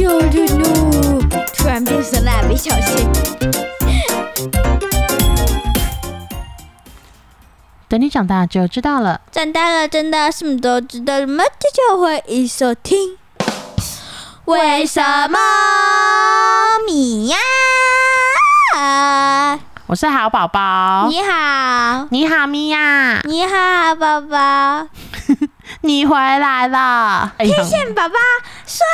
有点怒，突然变成蜡笔小新。 等你长大就知道了。 长大了，真的什么都知道了吗？这就会一收听。为什么米呀？ 我是好宝宝。 你好， 你好，米娅。 你好，宝宝。 你回来了。 天线宝宝说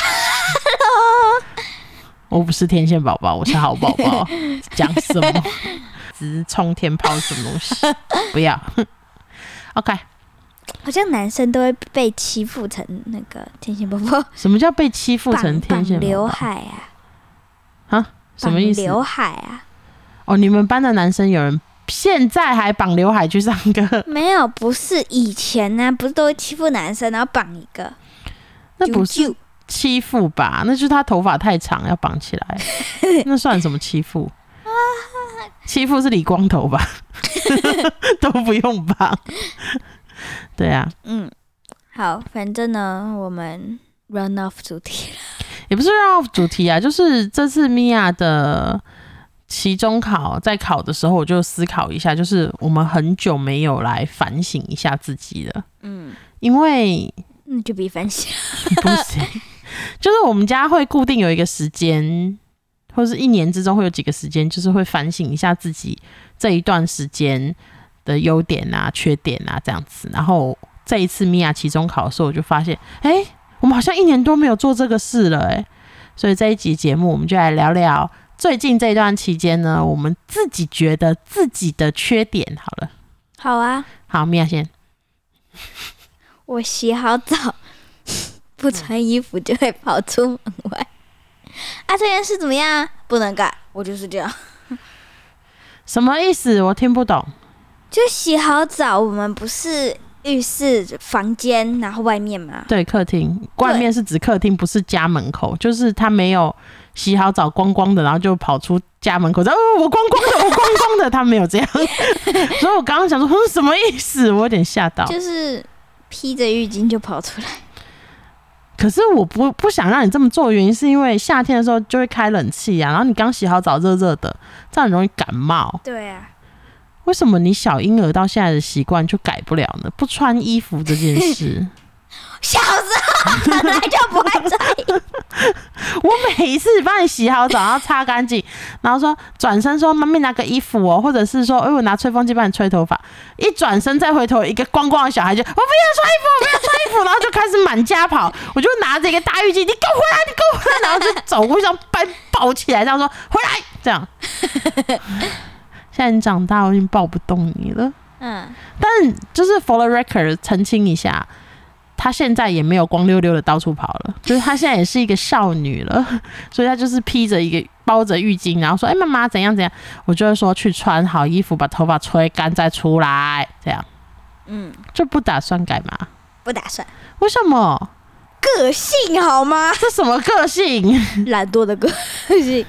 hello。 我不是天线宝宝，我是好宝宝。讲什么？只是冲天炮什么东西？不要。OK。 好像男生都会被欺负成那个天线宝宝。 什么叫被欺负成天线宝宝？绑刘海啊？ 啊？什么意思？ 绑刘海啊？ 哦，你们班的男生有人现在还绑刘海去上课？ 没有，不是以前呢、不是都会欺负男生，然后绑一个？ 那不是欺负吧？那就是他头发太长要绑起来，那算什么欺负？欺负是理光头吧？都不用绑。对啊， 好，反正呢，我们 run off 主题了， 也不是 run off 主题啊，就是这次米娅的期中考在考的时候，我就思考一下，就是我们很久没有来反省一下自己了，因为那就别反省， 不行，就是我们家会固定有一个时间，或是一年之中会有几个时间，就是会反省一下自己这一段时间的优点啊、缺点啊这样子。然后这一次米娅期中考的时候，我就发现，我们好像1年多没有做这个事了，所以这一集节目我们就来聊聊最近这一段期间呢，我们自己觉得自己的缺点好了。 好啊， 好，米娅先。 我洗好澡，不穿衣服就会跑出门外。啊，这件事怎么样？不能改，我就是这样。 什么意思？我听不懂。 就洗好澡，我们不是浴室、房间，然后外面吗？ 对，客厅。外面是指客厅，不是家门口。就是他没有洗好澡，光光的，然后就跑出家门口，我光光的，我光光的，他没有这样。所以我刚刚想说，什么意思？我有点吓到。 就是披着浴巾就跑出来。 可是我不想让你这么做的原因，是因为夏天的时候就会开冷气啊，然后你刚洗好澡，热热的，这样很容易感冒。 对啊。 为什么你小婴儿到现在的习惯就改不了呢？不穿衣服这件事， 小时候本来就不会穿衣服。 我每一次帮你洗好澡，然后擦干净，然后说转身说妈咪拿个衣服哦，或者是说我拿吹风机帮你吹头发，一转身再回头，一个光光的小孩就我不要穿衣服，我不要穿衣服，然后就开始满家跑，我就拿着一个大浴巾，你给我回来，你给我回来，然后就走过去，这样抱起来，这样说回来，这样。现在你长大，我已经抱不动你了。但就是 for the record 澄清一下，她现在也没有光溜溜的到处跑了，就是她现在也是一个少女了，所以她就是披着一个包着浴巾，然后说：“妈妈怎样怎样。”我就会说去穿好衣服，把头发吹干再出来，这样。就不打算改吗？ 不打算。 为什么？ 个性好吗？ 这什么个性？ 懒惰的个性。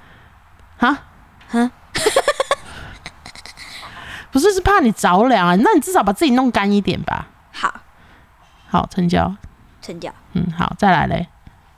不是，是怕你着凉啊！那你至少把自己弄干一点吧。好，成交。好，再来嘞。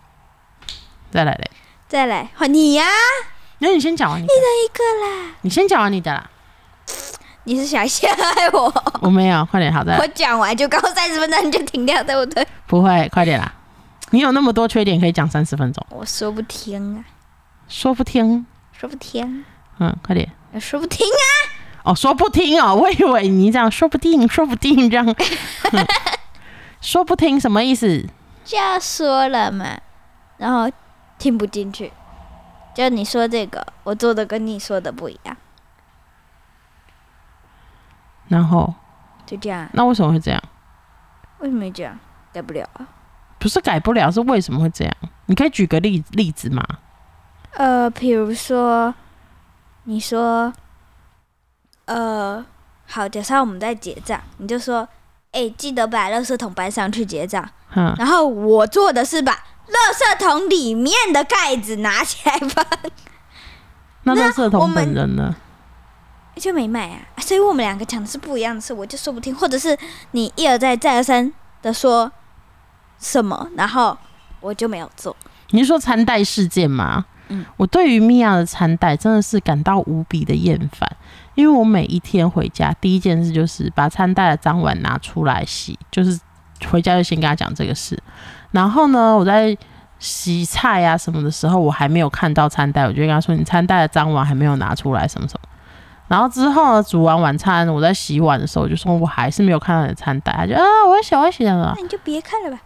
再来换你呀！ 那你先讲完你的。 一个啦。 你先讲完你的啦。 你是想陷害我？ 我没有，快点，好的。 我讲完就刚30分钟你就停掉，对不对？ 不会，快点啦！你有那么多缺点可以讲30分钟。 我说不听啊。 说不听。快点。 说不听啊。 哦，说不听哦，我以为你这样说不定这样。说不听什么意思？ 就要说了嘛，然后听不进去。就你说这个，我做的跟你说的不一样。 然后就这样。 那为什么会这样？ 为什么会这样？改不了啊。 不是改不了，是为什么会这样？你可以举个例子吗？ 比如说，你说，好，假设我们在结账，你就说，记得把垃圾桶搬上去结账。然后我做的是把垃圾桶里面的盖子拿起来放。 那垃圾桶本人呢？ 就没卖啊，所以我们两个讲的是不一样的事，我就说不听，或者是你一而再再而三的说什么，然后我就没有做。 你是说餐袋事件吗？我对于米娅的餐袋真的是感到无比的厌烦，因为我每一天回家第一件事就是把餐袋的脏碗拿出来洗，就是回家就先跟他讲这个事。然后呢，我在洗菜啊什么的时候，我还没有看到餐袋，我就跟他说：“你餐袋的脏碗还没有拿出来，什么什么。”然后之后呢，煮完晚餐，我在洗碗的时候，我就说我还是没有看到你的餐袋，他就我要洗了。 那你就别看了吧。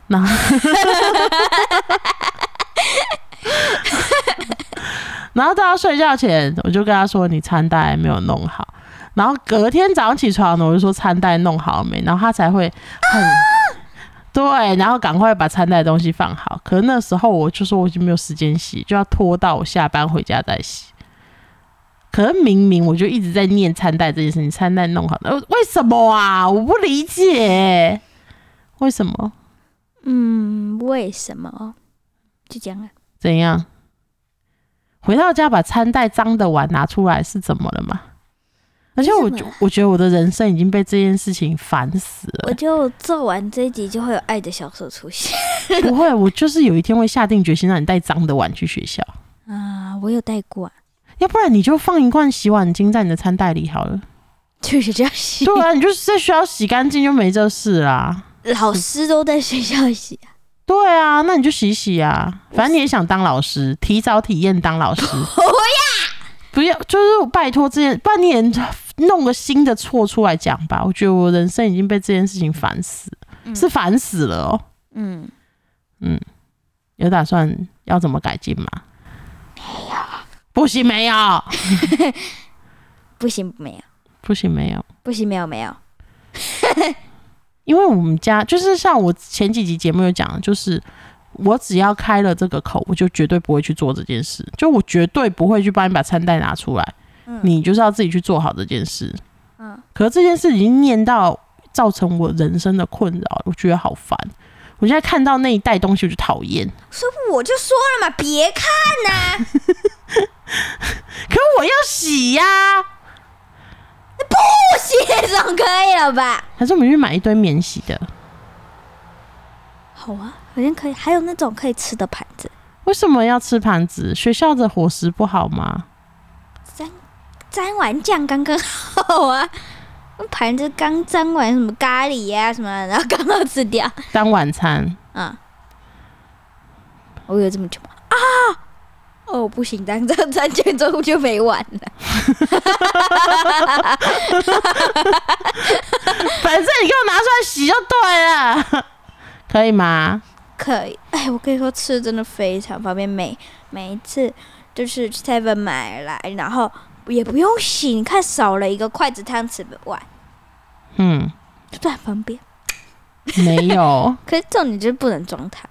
然后到他睡觉前，我就跟他说你餐袋没有弄好。然后隔天早上起床呢，我就说餐袋弄好了没，然后他才会对，然后赶快把餐袋的东西放好。可是那时候我就说我已经没有时间洗，就要拖到我下班回家再洗。可是明明我就一直在念餐袋这件事情，餐袋弄好了，为什么啊？我不理解，为什么？ 为什么？就这样啊？ 怎样？回到家把餐袋脏的碗拿出来是怎么了吗？而且我觉得我的人生已经被这件事情烦死了。 我就做完这一集就会有爱的小手出现。 不会，我就是有一天会下定决心让你带脏的碗去学校。 我有带过啊。 要不然你就放一罐洗碗精在你的餐袋里好了。 去学校洗。 对啊，你就是在学校洗干净就没这事啦。 老师都在学校洗啊。 对啊，那你就洗洗啊，反正你也想当老师，提早体验当老师。不要，就是拜托这件，不然你也弄个新的错出来讲吧。我觉得我人生已经被这件事情烦死，是烦死了哦。有打算要怎么改进吗？ 没有。 不行，没有。 不行，没有。 不行，没有。 不行，没有，没有。 因为我们家就是像我前几集节目有讲，就是我只要开了这个口，我就绝对不会去做这件事，就我绝对不会去帮你把餐袋拿出来，你就是要自己去做好这件事。可是这件事已经念到造成我人生的困扰，我觉得好烦。我现在看到那一袋东西我就讨厌。 所以我就说了嘛，别看啊。 可我要洗呀。 不洗总可以了吧？ 还是我们去买一堆免洗的？ 好啊，好像可以。还有那种可以吃的盘子。 为什么要吃盘子？学校的伙食不好吗？ 沾完酱刚刚好啊。盘子刚沾完什么咖喱啊什么的，然后刚好吃掉当晚餐。 我有这么久吗？不行，当这餐券之后就没完了。 反正你给我拿出来洗就对了，可以吗？ 可以。我跟你说，吃真的非常方便，每一次就是 7-Eleven 买来，然后也不用洗，你看少了一个筷子、汤匙的碗，就很方便。 没有。 可是重点就是不能装汤。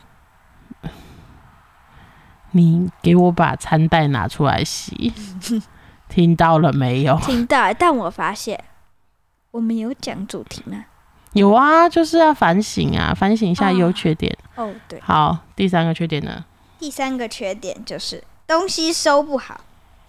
你给我把餐袋拿出来洗。听到了没有？ 听到，但我发现我们有讲主题吗？ 有啊，就是要反省啊，反省一下优缺点。 对。 好，第三个缺点呢？ 第三个缺点就是东西收不好。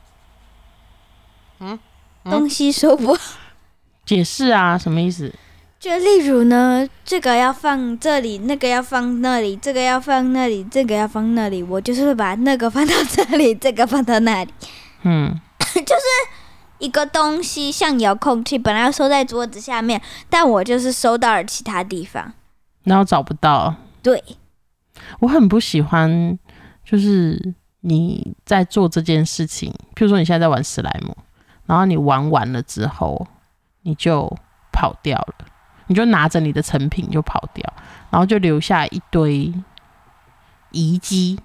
东西收不好。 解释啊，什么意思？ 就例如呢，这个要放这里，那个要放那里，这个要放那里，这个要放那里，我就是会把那个放到这里，这个放到那里。就是一个东西像遥控器，本来要收在桌子下面，但我就是收到了其他地方， 然后找不到。 对， 我很不喜欢，就是你在做这件事情，譬如说你现在在玩史莱姆，然后你玩完了之后，你就跑掉了，你就拿着你的成品就跑掉，然后就留下一堆遗迹。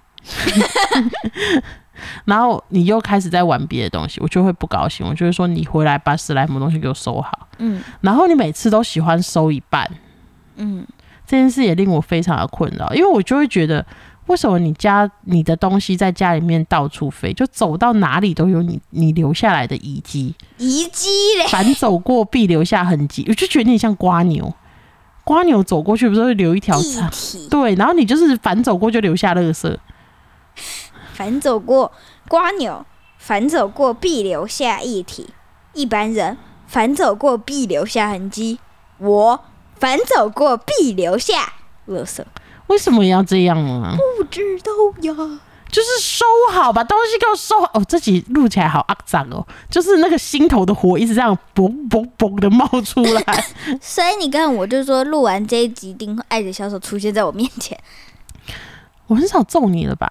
然后你又开始在玩别的东西，我就会不高兴。我就会说你回来把史莱姆东西给我收好。然后你每次都喜欢收一半。这件事也令我非常的困扰，因为我就会觉得，为什么你的东西在家里面到处飞，就走到哪里都有你留下来的遗迹。 遗迹嘞， 凡走过必留下痕迹。我就觉得你像瓜牛，瓜牛走过去不是会留一条长？对，然后你就是凡走过就留下垃圾。 凡走过瓜牛，凡走过必留下液体。一般人凡走过必留下痕迹，我凡走过必留下垃圾。 为什么要这样呢？ 不知道呀。 就是收好，把东西给我收好。哦，这集录起来好肮脏哦，就是那个心头的火一直这样嘣嘣嘣的冒出来。 所以你跟我就说，录完这一集一定会爱的小手出现在我面前。 我很少揍你了吧？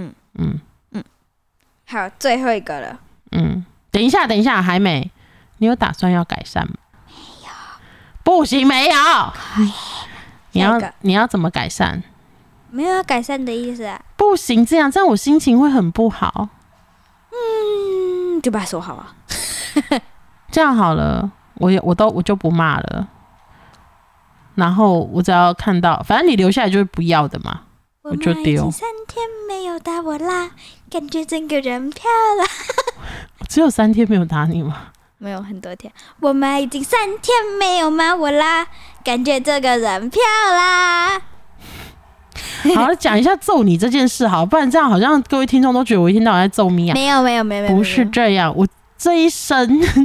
好，最后一个了。 等一下，还没。你有打算要改善吗？没有。不行，没有。你要怎么改善？ 没有要改善的意思啊。 不行，这样我心情会很不好。 就把它说好啊。 这样好了，我就不骂了。然后我只要看到，反正你留下来就是不要的嘛，我就丢。 我3天没有打我啦，感觉整个人飘了。 只有3天没有打你吗？ 没有，很多天。我们已经3天没有骂我啦，感觉这个人飘啦。 好，讲一下揍你这件事好，不然这样好像各位听众都觉得我一天到晚在揍咪啊。 没有， 不是这样。我这一生，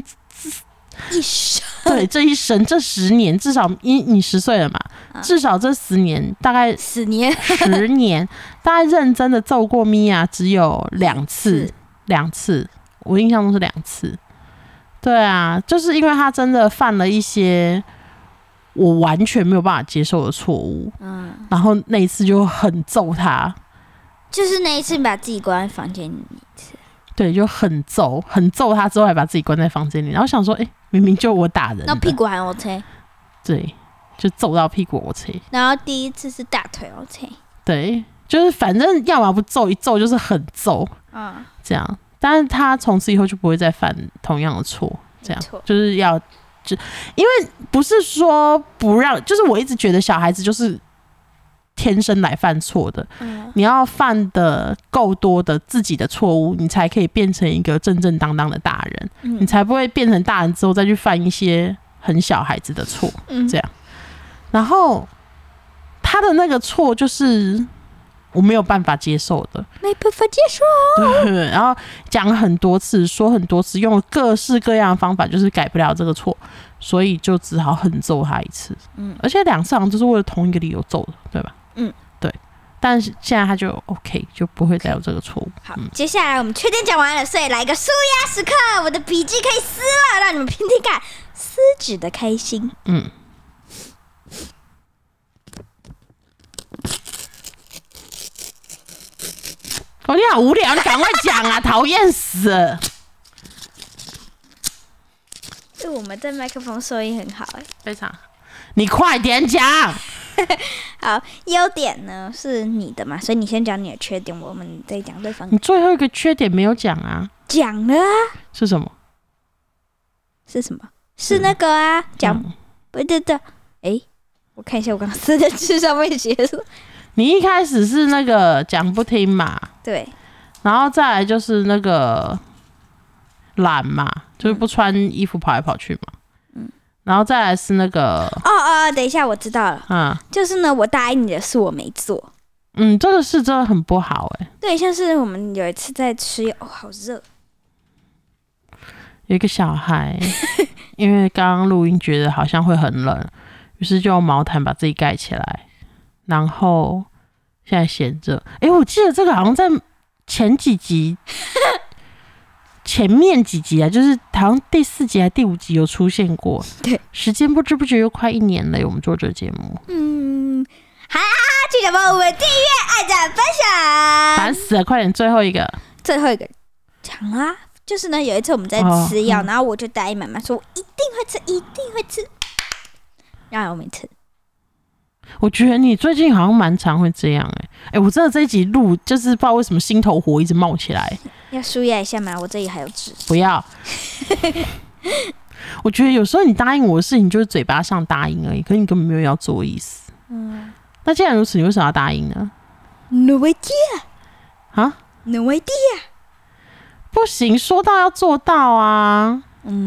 对，这10年，至少你10岁了嘛，至少这10年，大概 10年， 10年，大概认真的揍过咪啊，只有2次，我印象中是2次。对啊，就是因为他真的犯了一些我完全没有办法接受的错误，然后那一次就很揍他， 就是那一次你把自己关在房间里， 对，就很揍他之后还把自己关在房间里，然后想说，明明就我打人的， 那屁股还 OK， 对，就揍到屁股 OK， 然后第一次是大腿 OK， 对，就是反正要么不揍，一揍就是很揍，这样。但是他从此以后就不会再犯同样的错，这样就是因为不是说不让，就是我一直觉得小孩子就是天生来犯错的，你要犯的够多的自己的错误，你才可以变成一个正正当当的大人，你才不会变成大人之后再去犯一些很小孩子的错，这样。然后他的那个错就是我没有办法接受的， 没办法接受。 对，然后讲很多次，说很多次，用了各式各样的方法，就是改不了这个错，所以就只好狠揍他一次。而且2次好像都是为了同一个理由揍的，对吧？对。但是现在他就 OK， 就不会再有这个错误。 好，接下来我们缺点讲完了，所以来一个舒压时刻，我的笔记可以撕了，让你们听听看撕纸的开心。 你好无聊，你赶快讲啊！讨厌死了。 我们这麦克风收音很好非常好。你快点讲。 好，优点呢是你的嘛，所以你先讲你的缺点，我们再讲对方。 你最后一个缺点没有讲啊？ 讲了啊。 是什么？ 是那个啊，讲不对，我看一下我刚刚撕的字上面写什么。 你一开始是那个讲不听嘛， 对， 然后再来就是那个懒嘛，就是不穿衣服跑来跑去嘛，然后再来是那个等一下我知道了，就是呢，我答应你的事我没做， 这个事真的很不好对，像是我们有一次在吃，好热， 有一个小孩，因为刚刚录音觉得好像会很冷，于是就用毛毯把自己盖起来。然后现在闲着，我记得这个好像在前面几集啊，就是好像第4集还第5集有出现过。 对， 时间不知不觉又快1年了，我们做这个节目。 好啦，记得帮我们订阅、按赞、分享。 烦死了，快点，最后一个讲啊，就是呢，有一次我们在吃药，然后我就答应妈妈说，我一定会吃，然后我没吃。 我觉得你最近好像蛮常会这样我真的这一集录就是不知道为什么心头火一直冒起来。 要舒压一下吗？我这里还有纸。 不要。我觉得有时候你答应我的事情就是嘴巴上答应而已，可是你根本没有要做的意思。那既然如此，你为什么要答应呢？ No idea。No idea。 不行，说到要做到啊。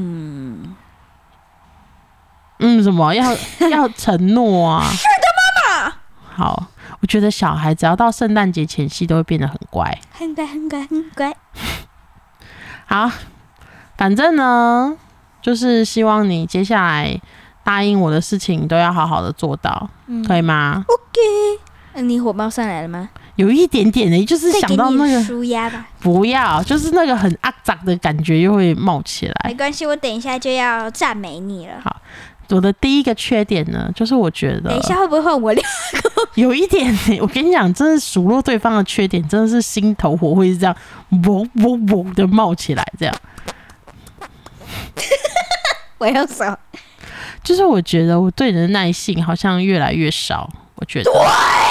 什么要承诺啊？ 是的，妈妈。 好，我觉得小孩只要到圣诞节前夕都会变得很乖， 很乖。 好，反正呢，就是希望你接下来答应我的事情都要好好的做到，可以吗？ OK。 你火冒上来了吗？ 有一点点的，就是想到那个舒压吧。 不要，就是那个很肮脏的感觉又会冒起来。 没关系，我等一下就要赞美你了。 好，我的第一个缺点呢，就是我觉得等一下会不会换我2个？ 有一点我跟你讲，真的数落对方的缺点，真的是心头火会是这样嗡嗡嗡的冒起来，这样。 我用手。 就是我觉得我对你的耐性好像越来越少，我觉得。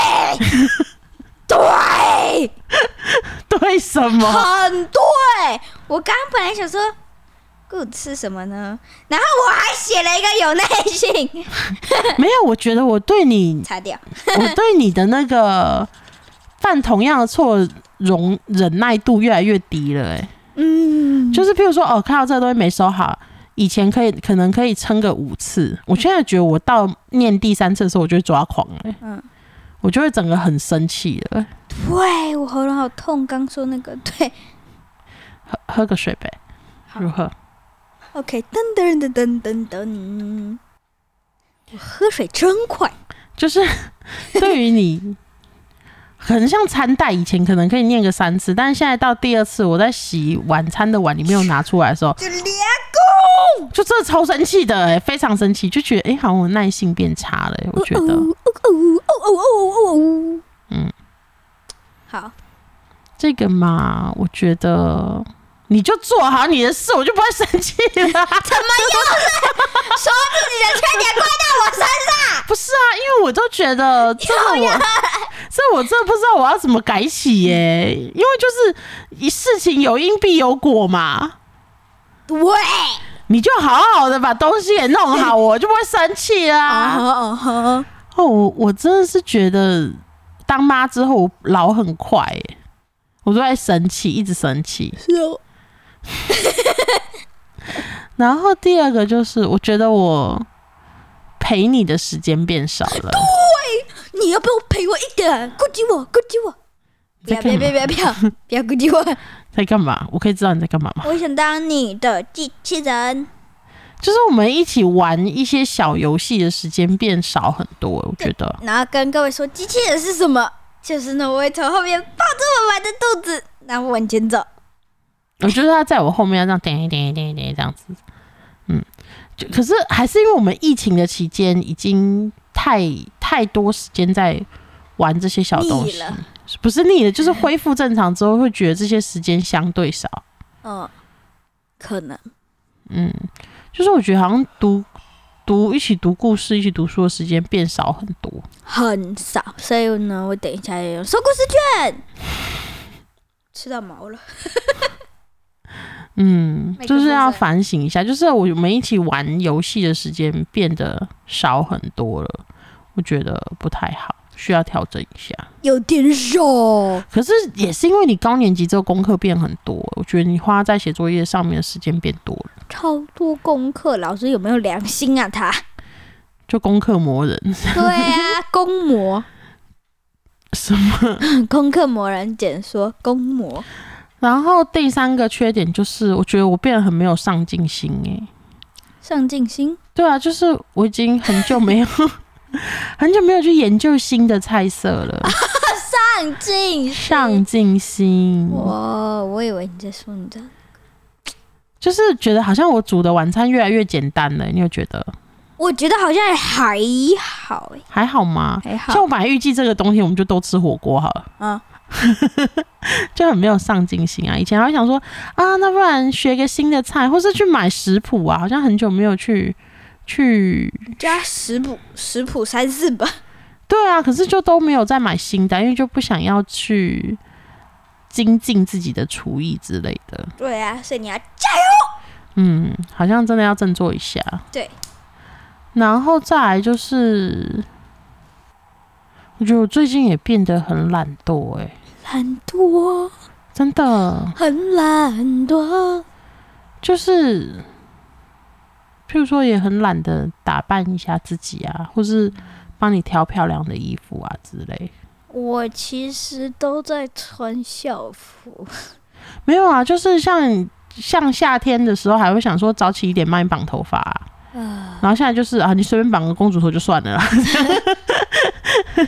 对， 对什么？ 很对。我刚刚本来想说 ，good 是什么呢？然后我还写了一个有耐性。 没有，我觉得我对你擦掉。 我对你的那个犯同样的错忍耐度越来越低了，就是譬如说，看到这个东西没收好。以前可能可以撑个5次，我现在觉得我到念第3次的时候，我就会抓狂了，我就会整个很生气了。 对，我喉咙好痛，刚说那个对， 喝个水呗，如何 ？OK， 噔噔噔噔噔噔，我喝水真快， 就是对于你。可能像餐袋，以前可能可以念个3次，但是现在到第2次，我在洗晚餐的碗里面有拿出来的时候， 就2公， 就真的超生气的，非常生气，就觉得好像我耐性变差了，我觉得， 好， 这个嘛，我觉得你就做好你的事，我就不会生气了。怎么又是说自己的缺点怪到我身上？ 不是啊，因为我都觉得我真的不知道我要怎么改起耶，因为就是事情有因必有果嘛。 对， 你就好好的把东西给弄好，我就不会生气啦。我真的是觉得当妈之后我老很快耶，我都在生气，一直生气。 是哦。 然后第2个就是我觉得我陪你的时间变少了。 对，你要不要陪我一点？顾及我，顾及我。不要不要顾及我。 在干嘛？我可以知道你在干嘛吗？ 我想当你的机器人。 就是我们一起玩一些小游戏的时间变少很多，我觉得。 然后跟各位说，机器人是什么？就是呢，我会从后面抱着我妈的肚子，然后往前走。 我觉得他在我后面要这样点这样子，可是还是因为我们疫情的期间已经太多时间在玩这些小东西，不是腻了，就是恢复正常之后会觉得这些时间相对少。 可能。 就是我觉得好像一起读故事、一起读书的时间变少很多， 很少。所以呢，我等一下要用收故事券，吃到毛了。 就是要反省一下，就是我们一起玩游戏的时间变得少很多了，我觉得不太好，需要调整一下。 有点少， 可是也是因为你高年级之后功课变很多，我觉得你花在写作业上面的时间变多了， 超多功课，老师有没有良心啊？他就功课魔人。 对啊，公魔什么？ 功课魔人简说公魔。 然后第3个缺点就是，我觉得我变得很没有上进心上进心？ 对啊，就是我已经很久没有去研究新的菜色了。上进心。 我以为你在说你的， 就是觉得好像我煮的晚餐越来越简单了，你有觉得？ 我觉得好像还好还好吗？ 还好。 像我本来预计这个冬天我们就都吃火锅好了。就很没有上进心啊！以前还会想说那不然学个新的菜，或是去买食谱啊，好像很久没有去加食谱3、4本。 对啊，可是就都没有再买新的，因为就不想要去精进自己的厨艺之类的。 对啊，所以你要加油。 好像真的要振作一下。 对。 然后再来就是，我觉得我最近也变得很懒惰懒惰， 真的很懒惰， 就是譬如说也很懒得打扮一下自己啊，或是帮你挑漂亮的衣服啊之类。 我其实都在穿校服。 没有啊，就是像夏天的时候还会想说早起1点帮你绑头发然后现在就是你随便绑个公主头就算了啦。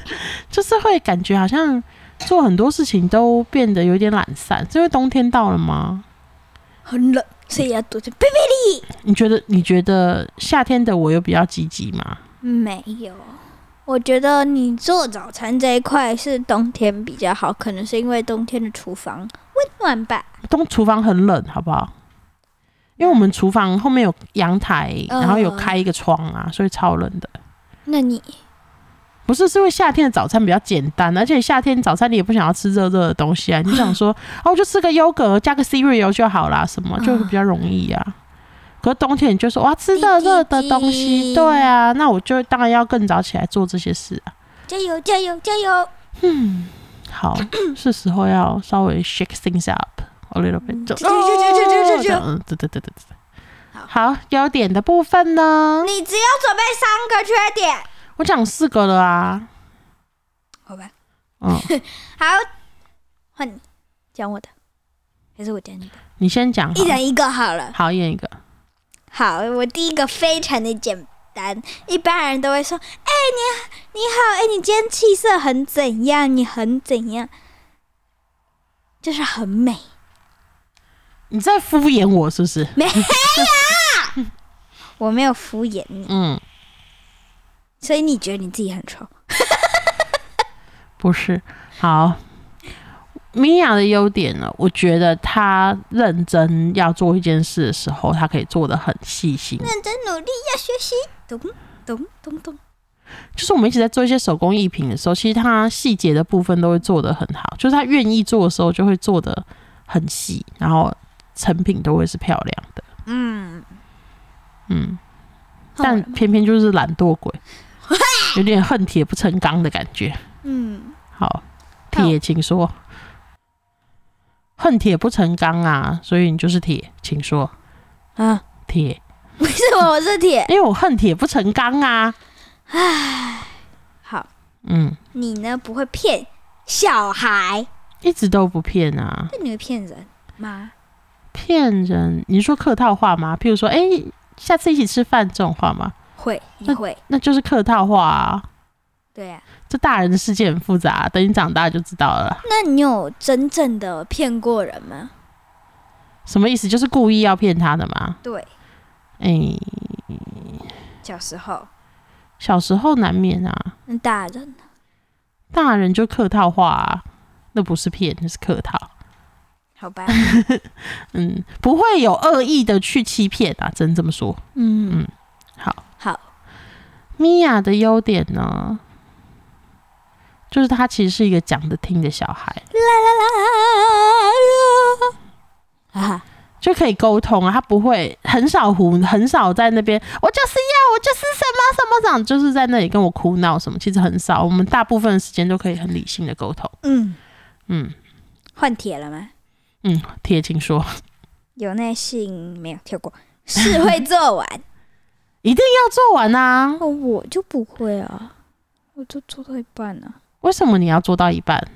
就是会感觉好像做很多事情都变得有点懒散，是因为冬天到了吗？ 很冷，所以要躲在被被里。 你觉得夏天的我有比较积极吗？ 没有，我觉得你做早餐这一块是冬天比较好，可能是因为冬天的厨房温暖吧。 厨房很冷，好不好？因为我们厨房后面有阳台，然后有开一个窗啊，所以超冷的。 那你不是因为夏天的早餐比较简单，而且夏天早餐你也不想要吃热热的东西啊，你就想说我就吃个优格加个 cereal 就好啦，什么就比较容易啊。可是冬天你就说哇吃热热的东西，对啊，那我就当然要更早起来做这些事啊。 加油加油加油！ 好，是时候要稍微 shake things up a little bit。对。好，优点的部分呢？ 你只要准备3个缺点。 我讲4个了啊。 好吧。 好， 换你讲我的，还是我讲你的？ 你先讲。 一人一个好了。 好，一人一个。 好，我第一个非常的简单，一般人都会说：“你好，你今天气色很怎样？你很怎样？”就是很美。 你在敷衍我是不是？ 没有，我没有敷衍你。所以你觉得你自己很丑？ 不是。好，米娅的优点呢？我觉得她认真要做一件事的时候，她可以做得很细心， 认真努力要学习。咚咚咚咚。 就是我们一起在做一些手工艺品的时候，其实她细节的部分都会做得很好，就是她愿意做的时候就会做得很细，然后成品都会是漂亮的。但偏偏就是懒惰鬼，有点恨铁不成钢的感觉。好，铁，请说。恨铁不成钢啊，所以你就是铁，请说。铁。 为什么我是铁？ 因为我恨铁不成钢啊。 好。你呢？不会骗小孩？ 一直都不骗啊。 那你会骗人吗？ 骗人？你说客套话吗？譬如说，下次一起吃饭这种话吗？ 会，你会。 那就是客套话啊。 对啊。 这大人的世界很复杂，等你长大就知道了。 那你有真正的骗过人吗？ 什么意思？就是故意要骗他的吗？ 对。小时候难免啊。那大人就客套话啊，那不是骗，那是客套。 好吧。 不会有恶意的去欺骗啊，真这么说。好。米娅的优点呢？就是他其实是一个讲得听的小孩，就可以沟通啊。他不会很少在那边，我就是什么什么长，就是在那里跟我哭闹什么，其实很少。我们大部分的时间都可以很理性的沟通。 换铁了吗？ 铁，请说。 有耐性没有跳过，是会做完， 一定要做完啊。 我就不会啊，我就做到一半啊。 为什么你要做到一半？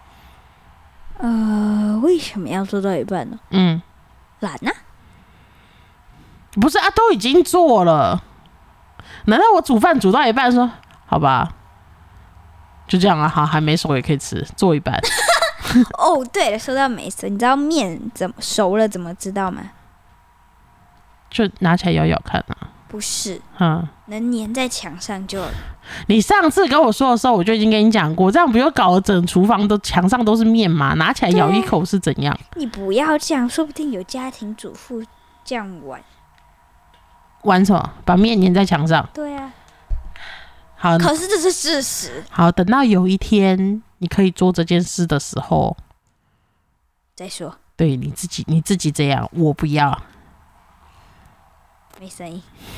为什么要做到一半呢？懒啊？ 不是啊，都已经做了，难道我煮饭煮到一半说好吧，就这样啊？好，还没熟也可以吃，做一半。 对了，说到没熟，你知道面怎么熟了怎么知道吗？ 就拿起来咬咬看啊。 不是，能粘在墙上就。 你上次跟我说的时候，我就已经跟你讲过，这样不就搞得整厨房都墙上都是面吗？拿起来咬一口是怎样？ 你不要这样，说不定有家庭主妇这样玩什么？把面粘在墙上？ 对啊。 好， 可是这是事实。 好，等到有一天你可以做这件事的时候再说。 对，你自己这样，我不要。 没声音。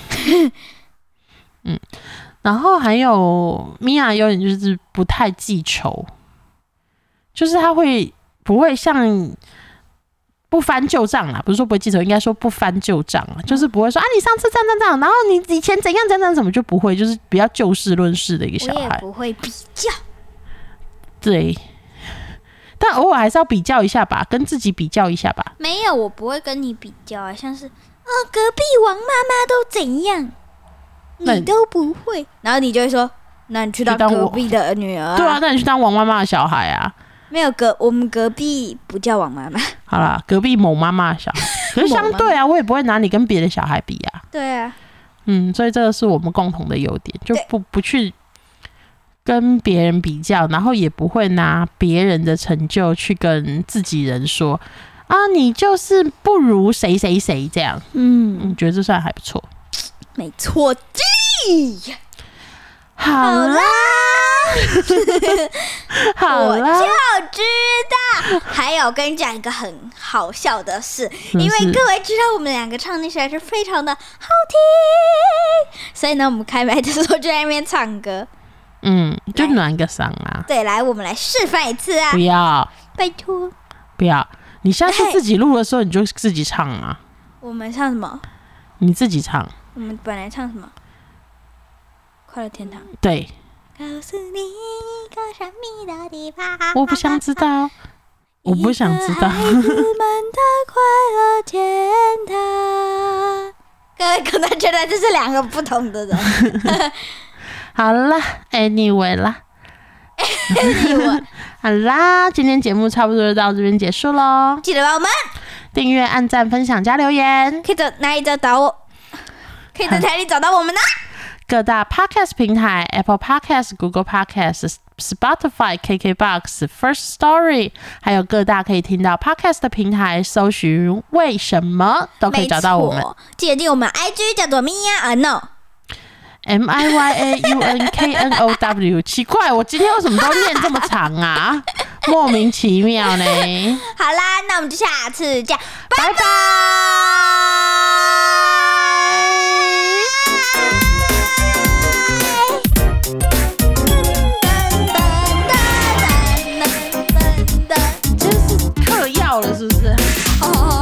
然后还有米娅有点就是不太记仇，就是他不会像不翻旧账啦，不是说不会记仇，应该说不翻旧账啊，就是不会说你上次这样，然后你以前怎样什么就不会，就是比较就事论事的一个小孩。 我也不会比较。 对。但偶尔还是要比较一下吧，跟自己比较一下吧。 没有，我不会跟你比较啊，像是隔壁王妈妈都怎样，你都不会，然后你就会说那你去当隔壁的女儿啊？ 对啊，那你去当王妈妈的小孩啊？ 没有我们隔壁不叫王妈妈。 好啦，隔壁某妈妈的小孩。可是相对啊，我也不会拿你跟别的小孩比啊。 对啊。 所以这个是我们共同的优点，就不去跟别人比较，然后也不会拿别人的成就去跟自己人说啊，你就是不如谁谁谁这样。觉得这算还不错。 没错， 好啦， 我就知道。还有，跟你讲一个很好笑的事，因为各位知道我们两个唱的实在是非常的好听，所以呢，我们开麦的时候就在那边唱歌。 就暖个嗓啊。 对，来，我们来示范一次啊！ 不要， 拜托， 不要。你下次自己录的时候，你就自己唱啊。 我们唱什么？ 你自己唱。 我们本来唱什么？快乐天堂。 对。 告诉你一个神秘的地方。 我不想知道。我不想知道。孩子们的快乐天堂。各位可能觉得这是两个不同的人。 好啦 ，anyway 啦。好啦，今天节目差不多就到这边结束咯。 记得帮我们订阅、按赞、分享、加留言。 可以在哪里找到我？可以在哪里找到我们呢？ 各大 podcast 平台 Apple Podcast、Google Podcast、Spotify、KKBox、First Story， 还有各大可以听到 podcast 的平台，搜寻为什么都可以找到我们。 记得进我们 IG 叫做 Mia Miyaunknow。奇怪，我今天为什么都念这么长啊？莫名其妙呢。 好啦，那我们就下次见，拜拜。 这是嗑药了是不是？